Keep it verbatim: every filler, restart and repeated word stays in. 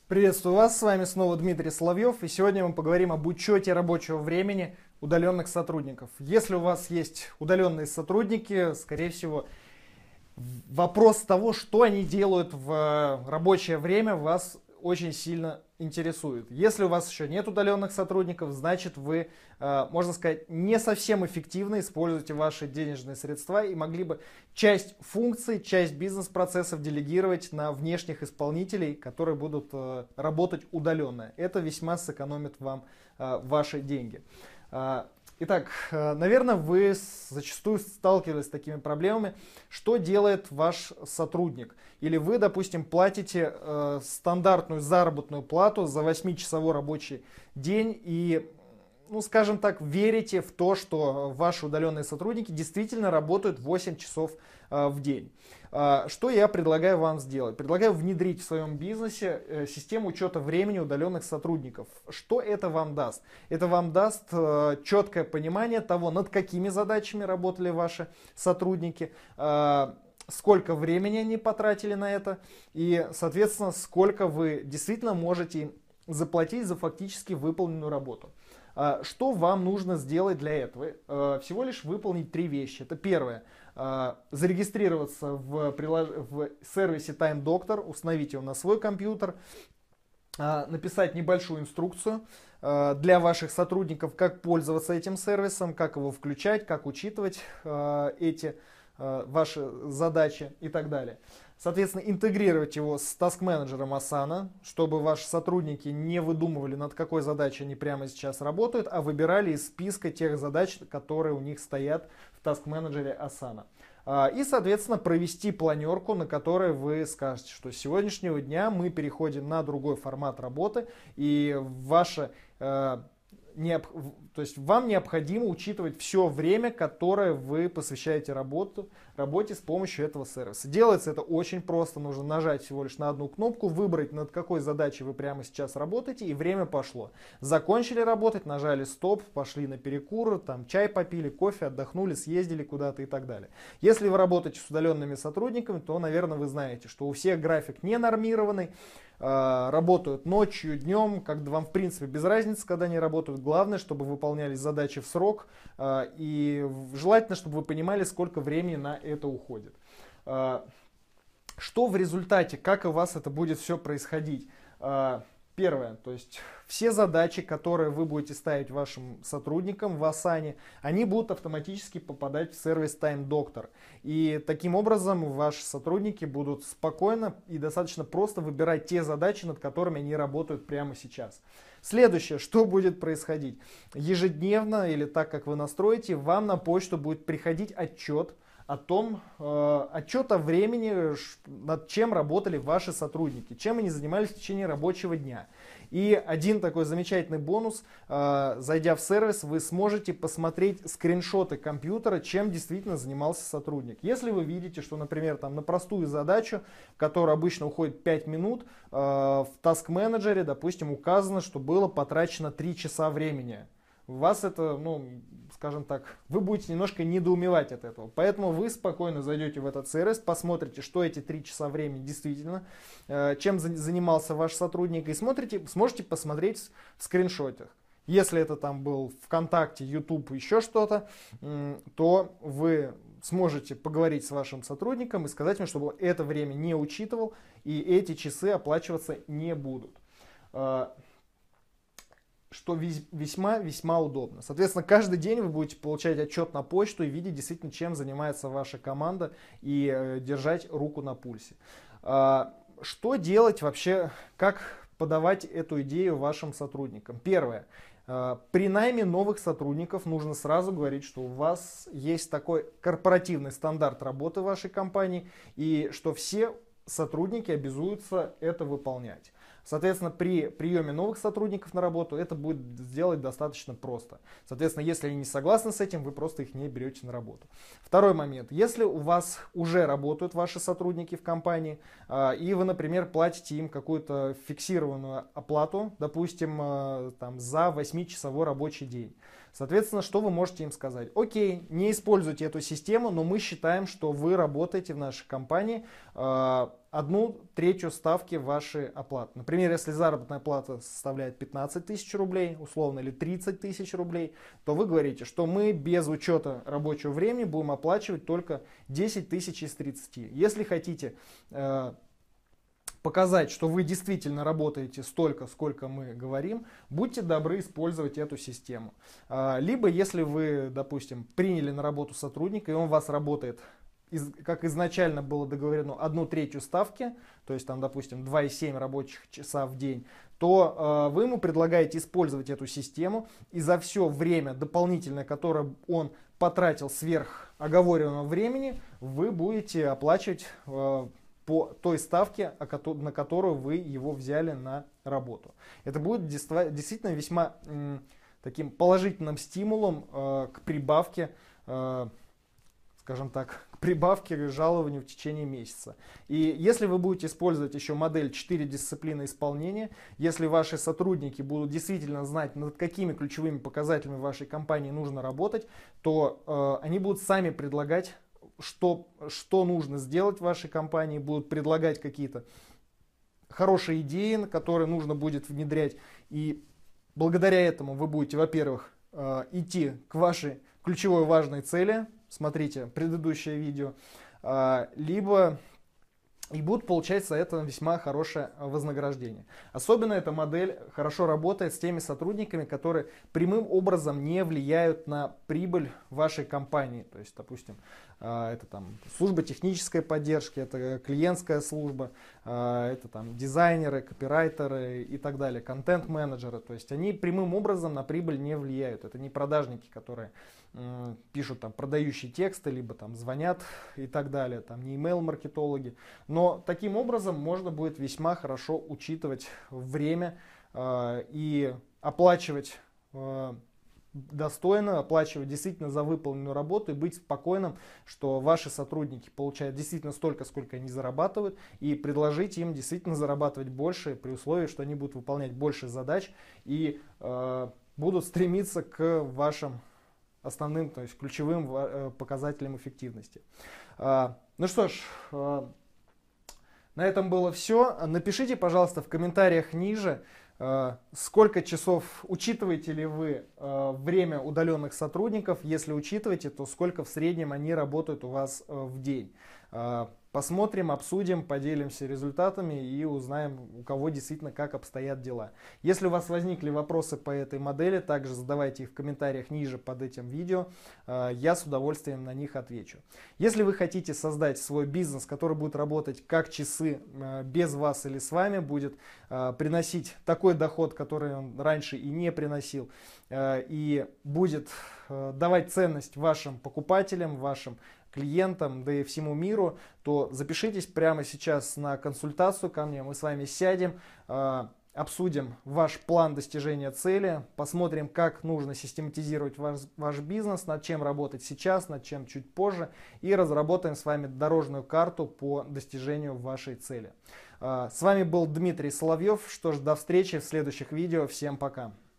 Приветствую вас, с вами снова Дмитрий Соловьев, и сегодня мы поговорим об учете рабочего времени удаленных сотрудников. Если у вас есть удаленные сотрудники, скорее всего, вопрос того, что они делают в рабочее время, вас очень сильно интересует. Если у вас еще нет удаленных сотрудников, значит вы, можно сказать, не совсем эффективно используете ваши денежные средства и могли бы часть функций, часть бизнес-процессов делегировать на внешних исполнителей, которые будут работать удаленно. Это весьма сэкономит вам ваши деньги. Итак, наверное, вы зачастую сталкивались с такими проблемами. Что делает ваш сотрудник? Или вы, допустим, платите э, стандартную заработную плату за восьмичасовой рабочий день и, ну, скажем так, верите в то, что ваши удаленные сотрудники действительно работают восемь часов э, в день. Э, что я предлагаю вам сделать? Предлагаю внедрить в своем бизнесе э, систему учета времени удаленных сотрудников. Что это вам даст? Это вам даст э, четкое понимание того, над какими задачами работали ваши сотрудники, э, сколько времени они потратили на это и, соответственно, сколько вы действительно можете заплатить за фактически выполненную работу. Что вам нужно сделать для этого? Всего лишь выполнить три вещи. Это первое. Зарегистрироваться в, прилож... в сервисе Time Doctor, установить его на свой компьютер, написать небольшую инструкцию для ваших сотрудников, как пользоваться этим сервисом, как его включать, как учитывать эти ваши задачи и так далее. Соответственно, интегрировать его с таск-менеджером Asana, чтобы ваши сотрудники не выдумывали, над какой задачей они прямо сейчас работают, а выбирали из списка тех задач, которые у них стоят в таск-менеджере Asana. И, соответственно, провести планерку, на которой вы скажете, что с сегодняшнего дня мы переходим на другой формат работы, и ваше... Необ... То есть вам необходимо учитывать все время, которое вы посвящаете работу, работе с помощью этого сервиса. Делается это очень просто. Нужно нажать всего лишь на одну кнопку, выбрать, над какой задачей вы прямо сейчас работаете, и время пошло. Закончили работать, нажали стоп, пошли на перекур, там чай попили, кофе, отдохнули, съездили куда-то и так далее. Если вы работаете с удаленными сотрудниками, то, наверное, вы знаете, что у всех график не нормированный, работают ночью, днем, когда вам в принципе без разницы, когда они работают. Главное, чтобы выполнялись задачи в срок, и желательно, чтобы вы понимали, сколько времени на это уходит. Что в результате, как у вас это будет все происходить? Первое, то есть все задачи, которые вы будете ставить вашим сотрудникам в Asana, они будут автоматически попадать в сервис Time Doctor. И таким образом ваши сотрудники будут спокойно и достаточно просто выбирать те задачи, над которыми они работают прямо сейчас. Следующее, что будет происходить? Ежедневно или так, как вы настроите, вам на почту будет приходить отчет о том, э, отчет о времени, над чем работали ваши сотрудники, чем они занимались в течение рабочего дня. И один такой замечательный бонус, э, зайдя в сервис, вы сможете посмотреть скриншоты компьютера, чем действительно занимался сотрудник. Если вы видите, что, например, там, на простую задачу, которая обычно уходит пять минут, э, в таск-менеджере, допустим, указано, что было потрачено три часа времени. Вас это, ну, скажем так, вы будете немножко недоумевать от этого. Поэтому вы спокойно зайдете в этот сервис, посмотрите, что эти три часа времени действительно, чем занимался ваш сотрудник, и смотрите, сможете посмотреть в скриншотах. Если это там был ВКонтакте, YouTube, еще что-то, то вы сможете поговорить с вашим сотрудником и сказать ему, чтобы это время не учитывал, и эти часы оплачиваться не будут. Что весьма-весьма удобно. Соответственно, каждый день вы будете получать отчет на почту и видеть действительно, чем занимается ваша команда, и э, держать руку на пульсе. А, что делать вообще, как подавать эту идею вашим сотрудникам? Первое. А, при найме новых сотрудников нужно сразу говорить, что у вас есть такой корпоративный стандарт работы в вашей компании, и что все сотрудники обязуются это выполнять. Соответственно, при приеме новых сотрудников на работу это будет сделать достаточно просто. Соответственно, если они не согласны с этим, вы просто их не берете на работу. Второй момент. Если у вас уже работают ваши сотрудники в компании, и вы, например, платите им какую-то фиксированную оплату, допустим, там, за восьмичасовой рабочий день, Соответственно, что вы можете им сказать? Окей, не используйте эту систему, но мы считаем, что вы работаете в нашей компании э, одну третью ставки вашей оплаты. Например, если заработная плата составляет пятнадцать тысяч рублей, условно, или тридцать тысяч рублей, то вы говорите, что мы без учета рабочего времени будем оплачивать только десять тысяч из тридцати. Если хотите э, показать, что вы действительно работаете столько, сколько мы говорим, будьте добры использовать эту систему. Либо, если вы, допустим, приняли на работу сотрудника, и он у вас работает, как изначально было договорено, одну третью ставки, то есть, там, допустим, два и семь рабочих часа в день, то вы ему предлагаете использовать эту систему, и за все время дополнительное, которое он потратил сверх оговоренного времени, вы будете оплачивать по той ставке, на которую вы его взяли на работу. Это будет действительно весьма таким положительным стимулом к прибавке, скажем так, к прибавке к жалованию в течение месяца. И если вы будете использовать еще модель четыре дисциплины исполнения, если ваши сотрудники будут действительно знать, над какими ключевыми показателями вашей компании нужно работать, то э, они будут сами предлагать, Что, что нужно сделать в вашей компании, будут предлагать какие-то хорошие идеи, которые нужно будет внедрять. И благодаря этому вы будете, во-первых, идти к вашей ключевой важной цели, смотрите предыдущее видео, либо и будут получать за это весьма хорошее вознаграждение. Особенно эта модель хорошо работает с теми сотрудниками, которые прямым образом не влияют на прибыль вашей компании. То есть, допустим, это там служба технической поддержки, это клиентская служба, это там дизайнеры, копирайтеры и так далее, контент-менеджеры. То есть они прямым образом на прибыль не влияют. Это не продажники, которые пишут там продающие тексты, либо там звонят и так далее, там не email-маркетологи. Но таким образом можно будет весьма хорошо учитывать время э, и оплачивать э, достойно, оплачивать действительно за выполненную работу и быть спокойным, что ваши сотрудники получают действительно столько, сколько они зарабатывают, и предложить им действительно зарабатывать больше при условии, что они будут выполнять больше задач и э, будут стремиться к вашим основным, то есть ключевым показателем эффективности. Ну что ж, на этом было все. Напишите, пожалуйста, в комментариях ниже, сколько часов учитываете ли вы время удаленных сотрудников. Если учитываете, то сколько в среднем они работают у вас в день. Посмотрим, обсудим, поделимся результатами и узнаем, у кого действительно как обстоят дела. Если у вас возникли вопросы по этой модели, также задавайте их в комментариях ниже под этим видео. Я с удовольствием на них отвечу. Если вы хотите создать свой бизнес, который будет работать как часы без вас или с вами, будет приносить такой доход, который он раньше и не приносил, и будет давать ценность вашим покупателям, вашим клиентам, да и всему миру, то запишитесь прямо сейчас на консультацию ко мне, мы с вами сядем, обсудим ваш план достижения цели, посмотрим, как нужно систематизировать ваш, ваш бизнес, над чем работать сейчас, над чем чуть позже, и разработаем с вами дорожную карту по достижению вашей цели. С вами был Дмитрий Соловьев, что ж, до встречи в следующих видео, всем пока!